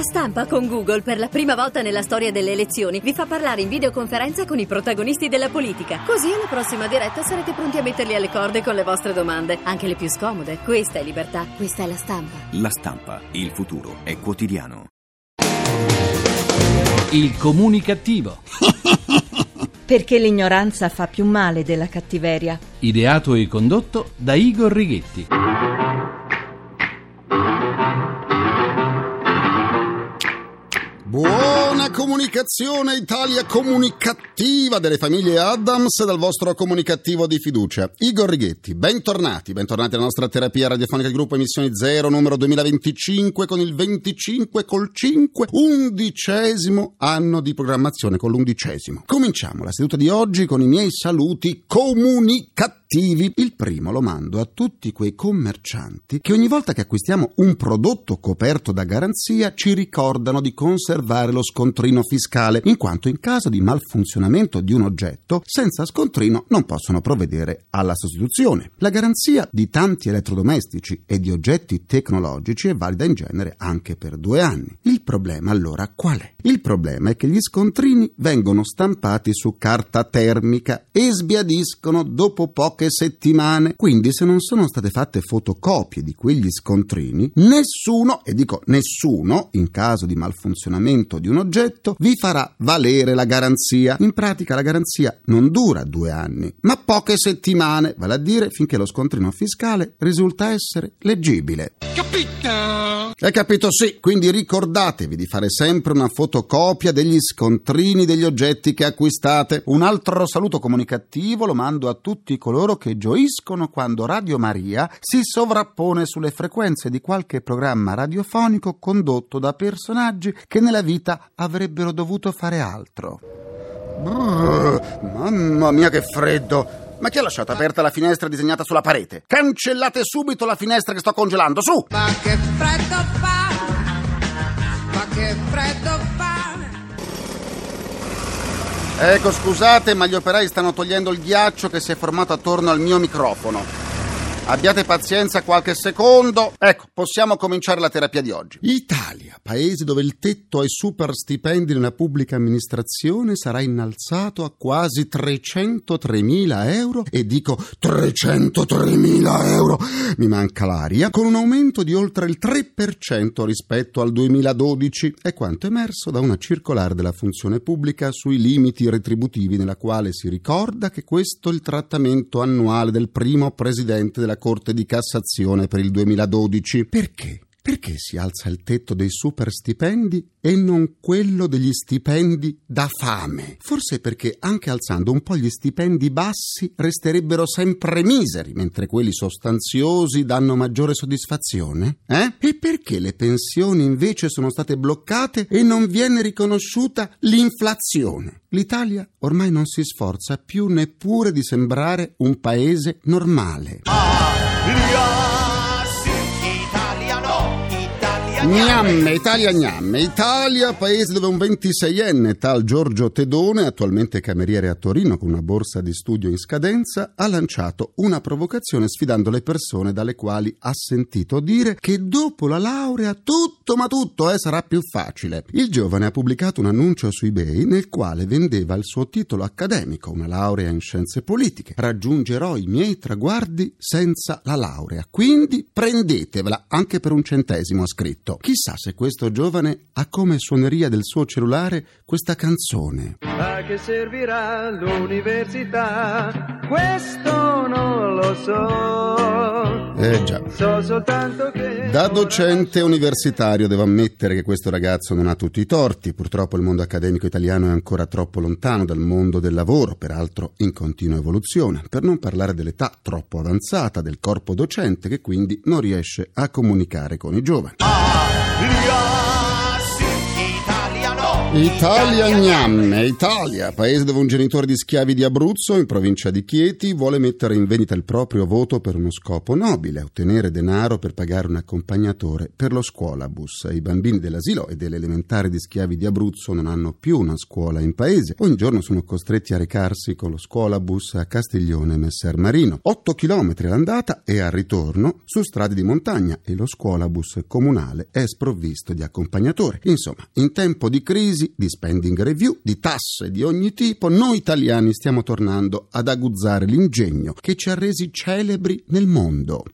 Stampa con Google, per la prima volta nella storia delle elezioni, vi fa parlare in videoconferenza con i protagonisti della politica. Così alla prossima diretta sarete pronti a metterli alle corde con le vostre domande, anche le più scomode. Questa è libertà, questa è La Stampa. La Stampa, il futuro è quotidiano. Il comunicativo. Perché l'ignoranza fa più male della cattiveria. Ideato e condotto da Igor Righetti. Buona comunicazione, Italia comunicativa delle famiglie Addams, dal vostro comunicativo di fiducia, Igor Righetti. Bentornati alla nostra terapia radiofonica di gruppo Emissioni Zero, numero 2025, con il 25 col 5, 11° anno di programmazione con l'11°. Cominciamo la seduta di oggi con i miei saluti comunicativi. Il primo lo mando a tutti quei commercianti che ogni volta che acquistiamo un prodotto coperto da garanzia ci ricordano di conservare lo scontrino fiscale, in quanto in caso di malfunzionamento di un oggetto, senza scontrino non possono provvedere alla sostituzione. La garanzia di tanti elettrodomestici e di oggetti tecnologici è valida in genere anche per 2 anni. Il problema allora qual è? Il problema è che gli scontrini vengono stampati su carta termica e sbiadiscono dopo poche settimane. Quindi, se non sono state fatte fotocopie di quegli scontrini, nessuno, e dico nessuno, in caso di malfunzionamento di un oggetto, vi farà valere la garanzia. In pratica la garanzia non dura 2 anni, ma poche settimane, vale a dire finché lo scontrino fiscale risulta essere leggibile. Capito? Hai capito? Sì, quindi ricordatevi di fare sempre una fotocopia degli scontrini degli oggetti che acquistate. Un altro saluto comunicativo lo mando a tutti coloro che gioiscono quando Radio Maria si sovrappone sulle frequenze di qualche programma radiofonico condotto da personaggi che nella vita avrebbero dovuto fare altro. Mamma mia, che freddo! Ma chi ha lasciato aperta la finestra disegnata sulla parete? Cancellate subito la finestra che sto congelando, su! Ma che freddo fa! Ma che freddo fa! Ecco, scusate, ma gli operai stanno togliendo il ghiaccio che si è formato attorno al mio microfono. Abbiate pazienza qualche secondo. Ecco, possiamo cominciare la terapia di oggi. Italia, paese dove il tetto ai super stipendi nella pubblica amministrazione sarà innalzato a quasi 303.000 euro, e dico 303.000 euro, mi manca l'aria, con un aumento di oltre il 3% rispetto al 2012, è quanto emerso da una circolare della funzione pubblica sui limiti retributivi, nella quale si ricorda che questo è il trattamento annuale del primo presidente della Corte di Cassazione per il 2012. Perché? Perché si alza il tetto dei super stipendi e non quello degli stipendi da fame? Forse perché anche alzando un po' gli stipendi bassi resterebbero sempre miseri, mentre quelli sostanziosi danno maggiore soddisfazione? E perché le pensioni invece sono state bloccate e non viene riconosciuta l'inflazione? L'Italia ormai non si sforza più neppure di sembrare un paese normale. Gnamme, Italia, paese dove un 26enne tal Giorgio Tedone, attualmente cameriere a Torino con una borsa di studio in scadenza, ha lanciato una provocazione sfidando le persone dalle quali ha sentito dire che dopo la laurea tutto sarà più facile. Il giovane ha pubblicato un annuncio su eBay nel quale vendeva il suo titolo accademico, una laurea in scienze politiche. Raggiungerò i miei traguardi senza la laurea, quindi prendetevela anche per 1 centesimo, ha scritto. Chissà se questo giovane ha come suoneria del suo cellulare questa canzone. A che servirà l'università? Questo non lo so. Già. So soltanto che... Da docente universitario devo ammettere che questo ragazzo non ha tutti i torti. Purtroppo il mondo accademico italiano è ancora troppo lontano dal mondo del lavoro, peraltro in continua evoluzione, per non parlare dell'età troppo avanzata del corpo docente, che quindi non riesce a comunicare con i giovani. Italia gnamme, Italia, paese dove un genitore di schiavi di Abruzzo, in provincia di Chieti, vuole mettere in vendita il proprio voto per uno scopo nobile, ottenere denaro per pagare un accompagnatore per lo scuolabus. I bambini dell'asilo e delle elementari di schiavi di Abruzzo non hanno più una scuola in paese. Ogni giorno sono costretti a recarsi con lo scuolabus a Castiglione Messer Marino. 8 chilometri all'andata e al ritorno su strade di montagna, e lo scuolabus comunale è sprovvisto di accompagnatore. Insomma, in tempo di crisi, di spending review, di tasse di ogni tipo, noi italiani stiamo tornando ad aguzzare l'ingegno che ci ha resi celebri nel mondo.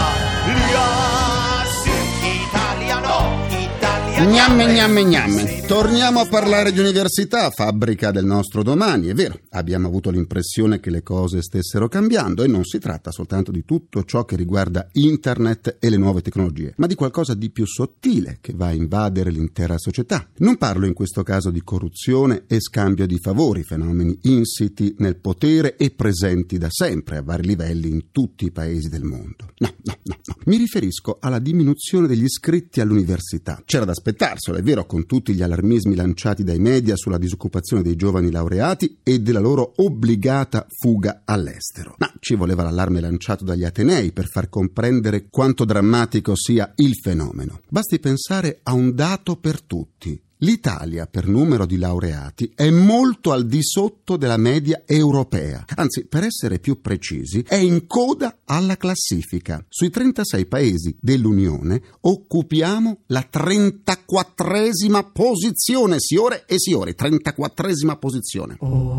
Gnamme. Torniamo a parlare di università, fabbrica del nostro domani. È vero, abbiamo avuto l'impressione che le cose stessero cambiando, e non si tratta soltanto di tutto ciò che riguarda internet e le nuove tecnologie, ma di qualcosa di più sottile che va a invadere l'intera società. Non parlo in questo caso di corruzione e scambio di favori, fenomeni insiti nel potere e presenti da sempre a vari livelli in tutti i paesi del mondo. No. Mi riferisco alla diminuzione degli iscritti all'università. C'era da aspettarselo, è vero, con tutti gli allarmismi lanciati dai media sulla disoccupazione dei giovani laureati e della loro obbligata fuga all'estero. Ma ci voleva l'allarme lanciato dagli atenei per far comprendere quanto drammatico sia il fenomeno. Basti pensare a un dato per tutti. L'Italia, per numero di laureati, è molto al di sotto della media europea. Anzi, per essere più precisi, è in coda alla classifica. Sui 36 paesi dell'Unione occupiamo la 34esima posizione, signore e signori, 34esima posizione.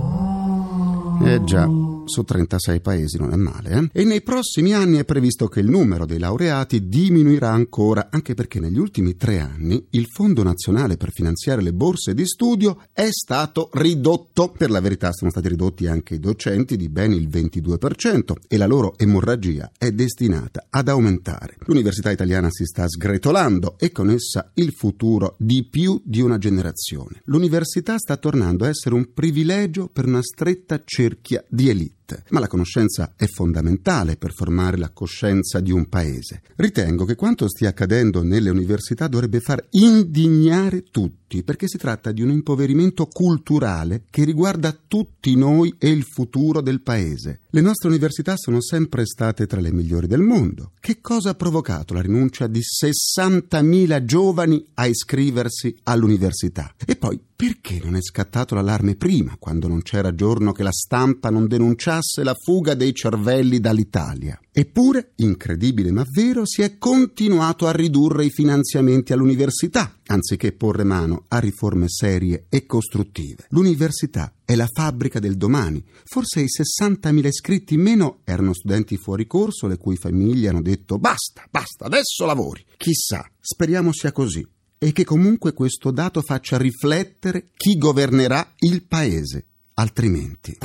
Già, su 36 paesi non è male, eh? E nei prossimi anni è previsto che il numero dei laureati diminuirà ancora, anche perché negli ultimi 3 anni il Fondo Nazionale per finanziare le borse di studio è stato ridotto. Per la verità sono stati ridotti anche i docenti di ben il 22%, e la loro emorragia è destinata ad aumentare. L'università italiana si sta sgretolando, e con essa il futuro di più di una generazione. L'università sta tornando a essere un privilegio per una stretta cerchia di elite. Ma la conoscenza è fondamentale per formare la coscienza di un paese. Ritengo che quanto stia accadendo nelle università dovrebbe far indignare tutti, perché si tratta di un impoverimento culturale che riguarda tutti noi e il futuro del paese. Le nostre università sono sempre state tra le migliori del mondo. Che cosa ha provocato la rinuncia di 60.000 giovani a iscriversi all'università? E poi, perché non è scattato l'allarme prima, quando non c'era giorno che la stampa non denunciasse la fuga dei cervelli dall'Italia? Eppure, incredibile ma vero, si è continuato a ridurre i finanziamenti all'università, anziché porre mano a riforme serie e costruttive. L'università è la fabbrica del domani. Forse i 60.000 iscritti in meno erano studenti fuori corso, le cui famiglie hanno detto basta, adesso lavori. Chissà, speriamo sia così, e che comunque questo dato faccia riflettere chi governerà il paese. Altrimenti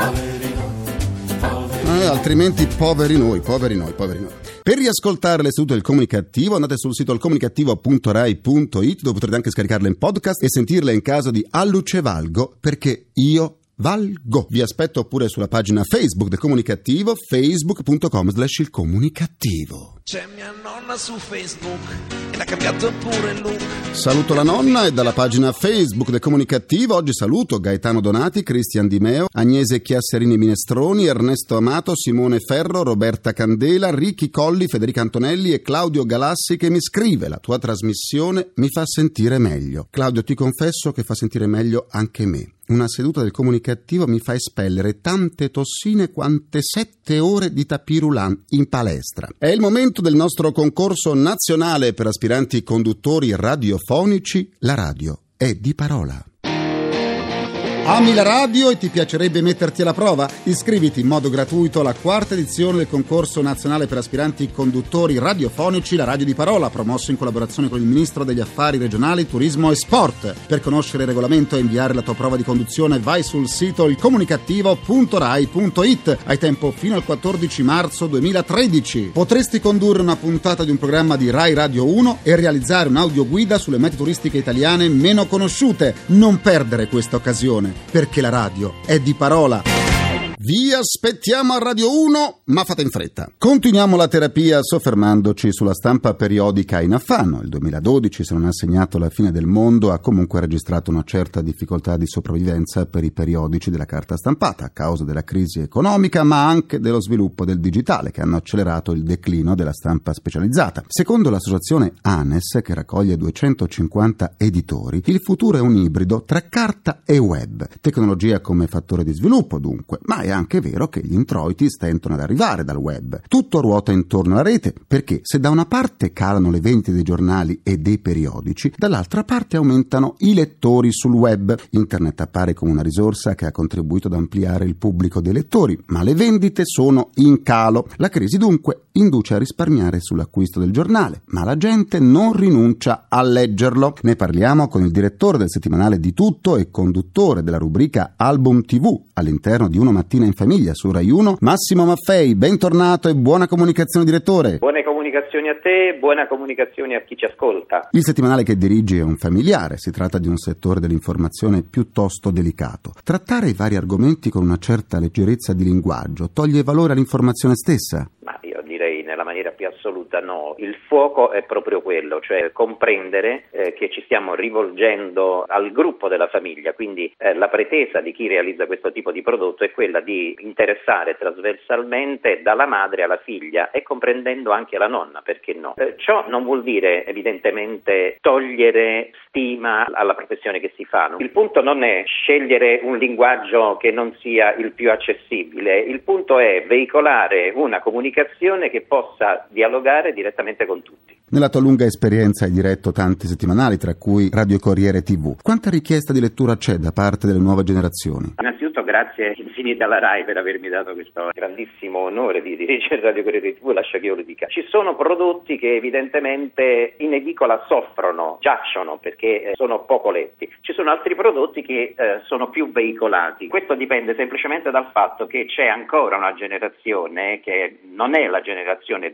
poveri noi. Per riascoltare le sedute del Comunicativo andate sul sito ilcomunicativo.rai.it, dove potrete anche scaricarle in podcast e sentirle in caso di Alluce Valgo, perché io valgo. Vi aspetto pure sulla pagina Facebook del Comunicativo, facebook.com/ilcomunicativo. C'è mia nonna su Facebook e l'ha cambiato pure il look. Saluto la nonna, e dalla pagina Facebook del Comunicativo oggi saluto Gaetano Donati, Cristian Di Meo, Agnese Chiasserini Minestroni, Ernesto Amato, Simone Ferro, Roberta Candela, Ricky Colli, Federica Antonelli e Claudio Galassi, che mi scrive: la tua trasmissione mi fa sentire meglio. Claudio, ti confesso che fa sentire meglio anche me. Una seduta del Comunicativo mi fa espellere tante tossine quante 7 ore di tapis roulant in palestra. È il momento del nostro concorso nazionale per aspiranti conduttori radiofonici. La radio è di parola. Ami la radio e ti piacerebbe metterti alla prova? Iscriviti in modo gratuito alla 4ª edizione del concorso nazionale per aspiranti conduttori radiofonici La Radio di Parola, promosso in collaborazione con il Ministro degli Affari Regionali, Turismo e Sport. Per conoscere il regolamento e inviare la tua prova di conduzione vai sul sito ilcomunicativo.rai.it. Hai tempo fino al 14 marzo 2013. Potresti condurre una puntata di un programma di Rai Radio 1 e realizzare un'audioguida sulle mete turistiche italiane meno conosciute. Non perdere questa occasione, perché la radio è di parola. Vi aspettiamo a Radio 1, ma fate in fretta. Continuiamo la terapia soffermandoci sulla stampa periodica in affanno. Il 2012, se non ha segnato la fine del mondo, ha comunque registrato una certa difficoltà di sopravvivenza per i periodici della carta stampata a causa della crisi economica, ma anche dello sviluppo del digitale, che hanno accelerato il declino della stampa specializzata. Secondo l'associazione ANES, che raccoglie 250 editori, il futuro è un ibrido tra carta e web. Tecnologia come fattore di sviluppo, dunque, ma è anche vero che gli introiti stentano ad arrivare dal web. Tutto ruota intorno alla rete, perché se da una parte calano le vendite dei giornali e dei periodici, dall'altra parte aumentano i lettori sul web. Internet appare come una risorsa che ha contribuito ad ampliare il pubblico dei lettori, ma le vendite sono in calo. La crisi dunque induce a risparmiare sull'acquisto del giornale, ma la gente non rinuncia a leggerlo. Ne parliamo con il direttore del settimanale Di Tutto e conduttore della rubrica Album TV all'interno di Uno Mattina in Famiglia su Rai 1, Massimo Maffei. Bentornato e buona comunicazione, direttore. Buone comunicazioni a te, buona comunicazione a chi ci ascolta. Il settimanale che dirigi è un familiare, si tratta di un settore dell'informazione piuttosto delicato. Trattare i vari argomenti con una certa leggerezza di linguaggio toglie valore all'informazione stessa? Ma io direi nella maniera più assoluta no. Il fuoco è proprio quello, cioè comprendere che ci stiamo rivolgendo al gruppo della famiglia, quindi la pretesa di chi realizza questo tipo di prodotto è quella di interessare trasversalmente dalla madre alla figlia e comprendendo anche la nonna, perché no? Ciò non vuol dire evidentemente togliere stima alla professione che si fa. Il punto non è scegliere un linguaggio che non sia il più accessibile, il punto è veicolare una comunicazione che possa dialogare direttamente con tutti. Nella tua lunga esperienza hai diretto tanti settimanali, tra cui Radio Corriere TV. Quanta richiesta di lettura c'è da parte delle nuove generazioni? Innanzitutto grazie infinite alla RAI per avermi dato questo grandissimo onore di dirigere Radio Corriere TV, lascia che io lo dica. Ci sono prodotti che evidentemente in edicola soffrono, giacciono perché sono poco letti. Ci sono altri prodotti che sono più veicolati. Questo dipende semplicemente dal fatto che c'è ancora una generazione che non è la generazione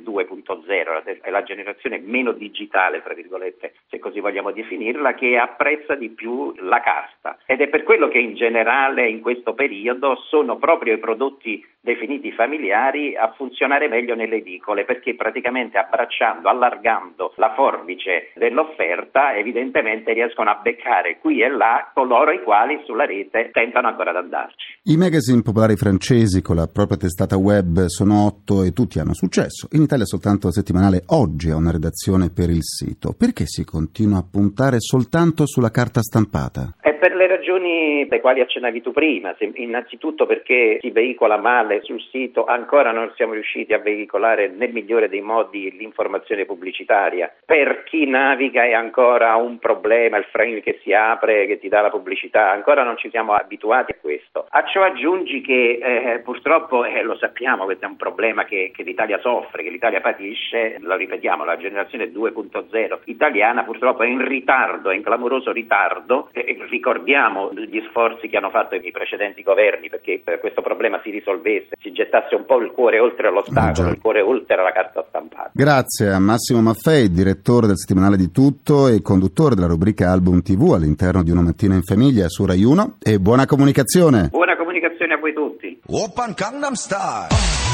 2.0, è la generazione meno digitale, tra virgolette, se così vogliamo definirla, che apprezza di più la carta. Ed è per quello che in generale in questo periodo sono proprio i prodotti definiti familiari a funzionare meglio nelle edicole, perché praticamente abbracciando, allargando la forbice dell'offerta, evidentemente riescono a beccare qui e là coloro i quali sulla rete tentano ancora ad andarci. I magazine popolari francesi con la propria testata web sono 8 e tutti hanno successo. In Italia soltanto il settimanale Oggi ha una redazione per il sito. Perché si continua a puntare soltanto sulla carta stampata? È per le ragioni alle quali accennavi tu prima. Innanzitutto perché si veicola male sul sito, ancora non siamo riusciti a veicolare nel migliore dei modi l'informazione pubblicitaria. Per chi naviga è ancora un problema il frame che si apre, che ti dà la pubblicità, ancora non ci siamo abituati a questo. A ciò aggiungi che purtroppo, lo sappiamo, questo è un problema che l'Italia soffre, che l'Italia patisce, lo ripetiamo, la generazione 2.0 italiana purtroppo è in ritardo, è in clamoroso ritardo, ricordiamo gli sforzi che hanno fatto i precedenti governi perché questo problema si risolvesse, si gettasse un po' il cuore oltre l'ostacolo, il cuore oltre la carta stampata. Grazie a Massimo Maffei, direttore del settimanale Di Tutto e conduttore della rubrica Album TV all'interno di Una Mattina in Famiglia su Rai 1, e buona comunicazione. Buona comunicazione a voi tutti. Oppan Gangnam Style.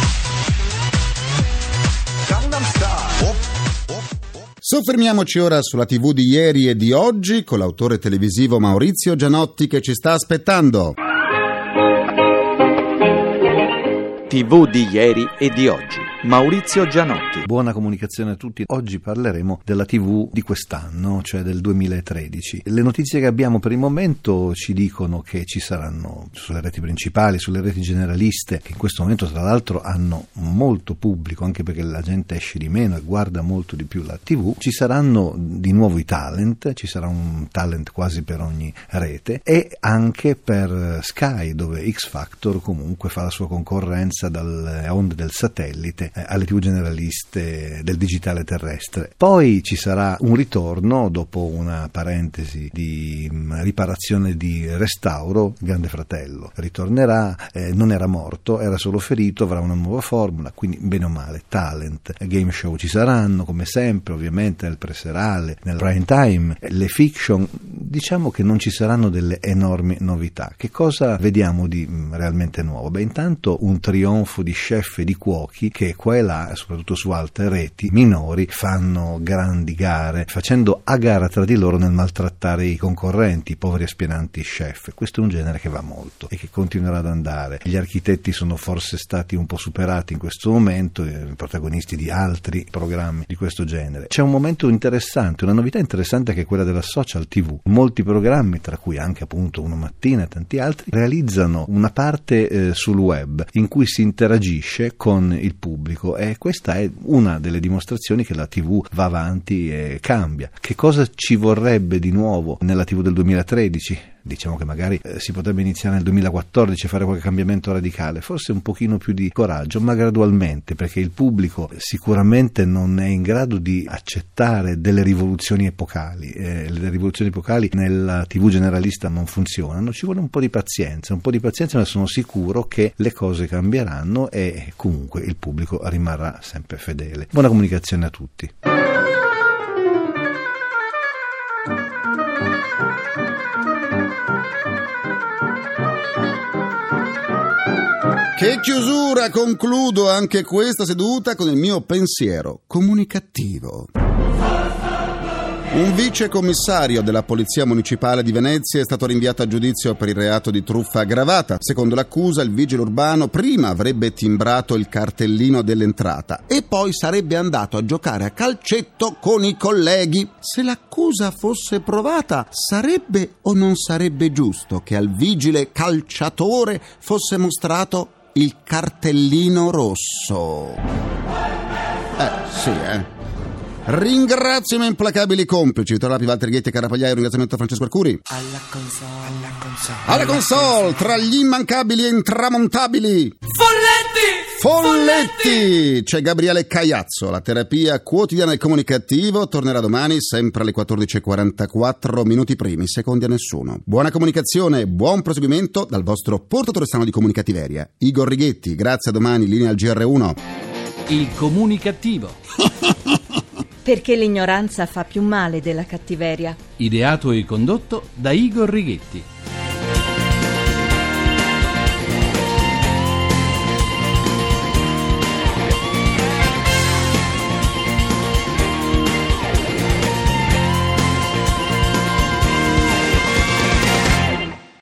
Gangnam Style. Soffermiamoci ora sulla TV di ieri e di oggi con l'autore televisivo Maurizio Gianotti che ci sta aspettando. TV di ieri e di oggi. Maurizio Gianotti. Buona comunicazione a tutti. Oggi parleremo della TV di quest'anno, cioè del 2013. Le notizie che abbiamo per il momento ci dicono che ci saranno sulle reti principali, sulle reti generaliste, che in questo momento tra l'altro hanno molto pubblico, anche perché la gente esce di meno e guarda molto di più la TV, ci saranno di nuovo i talent, ci sarà un talent quasi per ogni rete, e anche per Sky, dove X Factor comunque fa la sua concorrenza dalle onde del satellite alle TV generaliste del digitale terrestre. Poi ci sarà un ritorno, dopo una parentesi di riparazione, di restauro, Grande Fratello ritornerà, non era morto, era solo ferito, avrà una nuova formula, quindi bene o male talent, game show ci saranno come sempre, ovviamente nel preserale, nel prime time, le fiction Diciamo che non ci saranno delle enormi novità. Che cosa vediamo di realmente nuovo? Beh, intanto un trionfo di chef e di cuochi che qua e là, soprattutto su altre reti minori, fanno grandi gare, facendo a gara tra di loro nel maltrattare i concorrenti, i poveri aspiranti chef. Questo è un genere che va molto e che continuerà ad andare. Gli architetti sono forse stati un po' superati in questo momento, protagonisti di altri programmi di questo genere. C'è un momento interessante, una novità interessante che è quella della social TV. Molti programmi, tra cui anche appunto Uno Mattina e tanti altri, realizzano una parte sul web in cui si interagisce con il pubblico, e questa è una delle dimostrazioni che la TV va avanti e cambia. Che cosa ci vorrebbe di nuovo nella TV del 2013? Diciamo che magari si potrebbe iniziare nel 2014 a fare qualche cambiamento radicale, forse un pochino più di coraggio, ma gradualmente, perché il pubblico sicuramente non è in grado di accettare delle rivoluzioni epocali. Le rivoluzioni epocali nella TV generalista non funzionano, ci vuole un po' di pazienza, ma sono sicuro che le cose cambieranno e comunque il pubblico rimarrà sempre fedele. Buona comunicazione a tutti. Che chiusura! Concludo anche questa seduta con il mio pensiero comunicativo. Un vice commissario della Polizia Municipale di Venezia è stato rinviato a giudizio per il reato di truffa aggravata. Secondo l'accusa, il vigile urbano prima avrebbe timbrato il cartellino dell'entrata e poi sarebbe andato a giocare a calcetto con i colleghi. Se l'accusa fosse provata, sarebbe o non sarebbe giusto che al vigile calciatore fosse mostrato il cartellino rosso? Sì. Ringrazio i miei implacabili complici. Torna Pivalti, Righetti e Carapagliai. Un ringraziamento a Francesco Arcuri. Alla console, tra gli immancabili e intramontabili Folletti! C'è Gabriele Caiazzo. La terapia quotidiana e comunicativo tornerà domani, sempre alle 14:44, minuti primi, secondi a nessuno. Buona comunicazione, buon proseguimento dal vostro portatore strano di comunicativeria, Igor Righetti. Grazie, a domani, linea al GR1. Il comunicativo. Perché l'ignoranza fa più male della cattiveria. Ideato e condotto da Igor Righetti.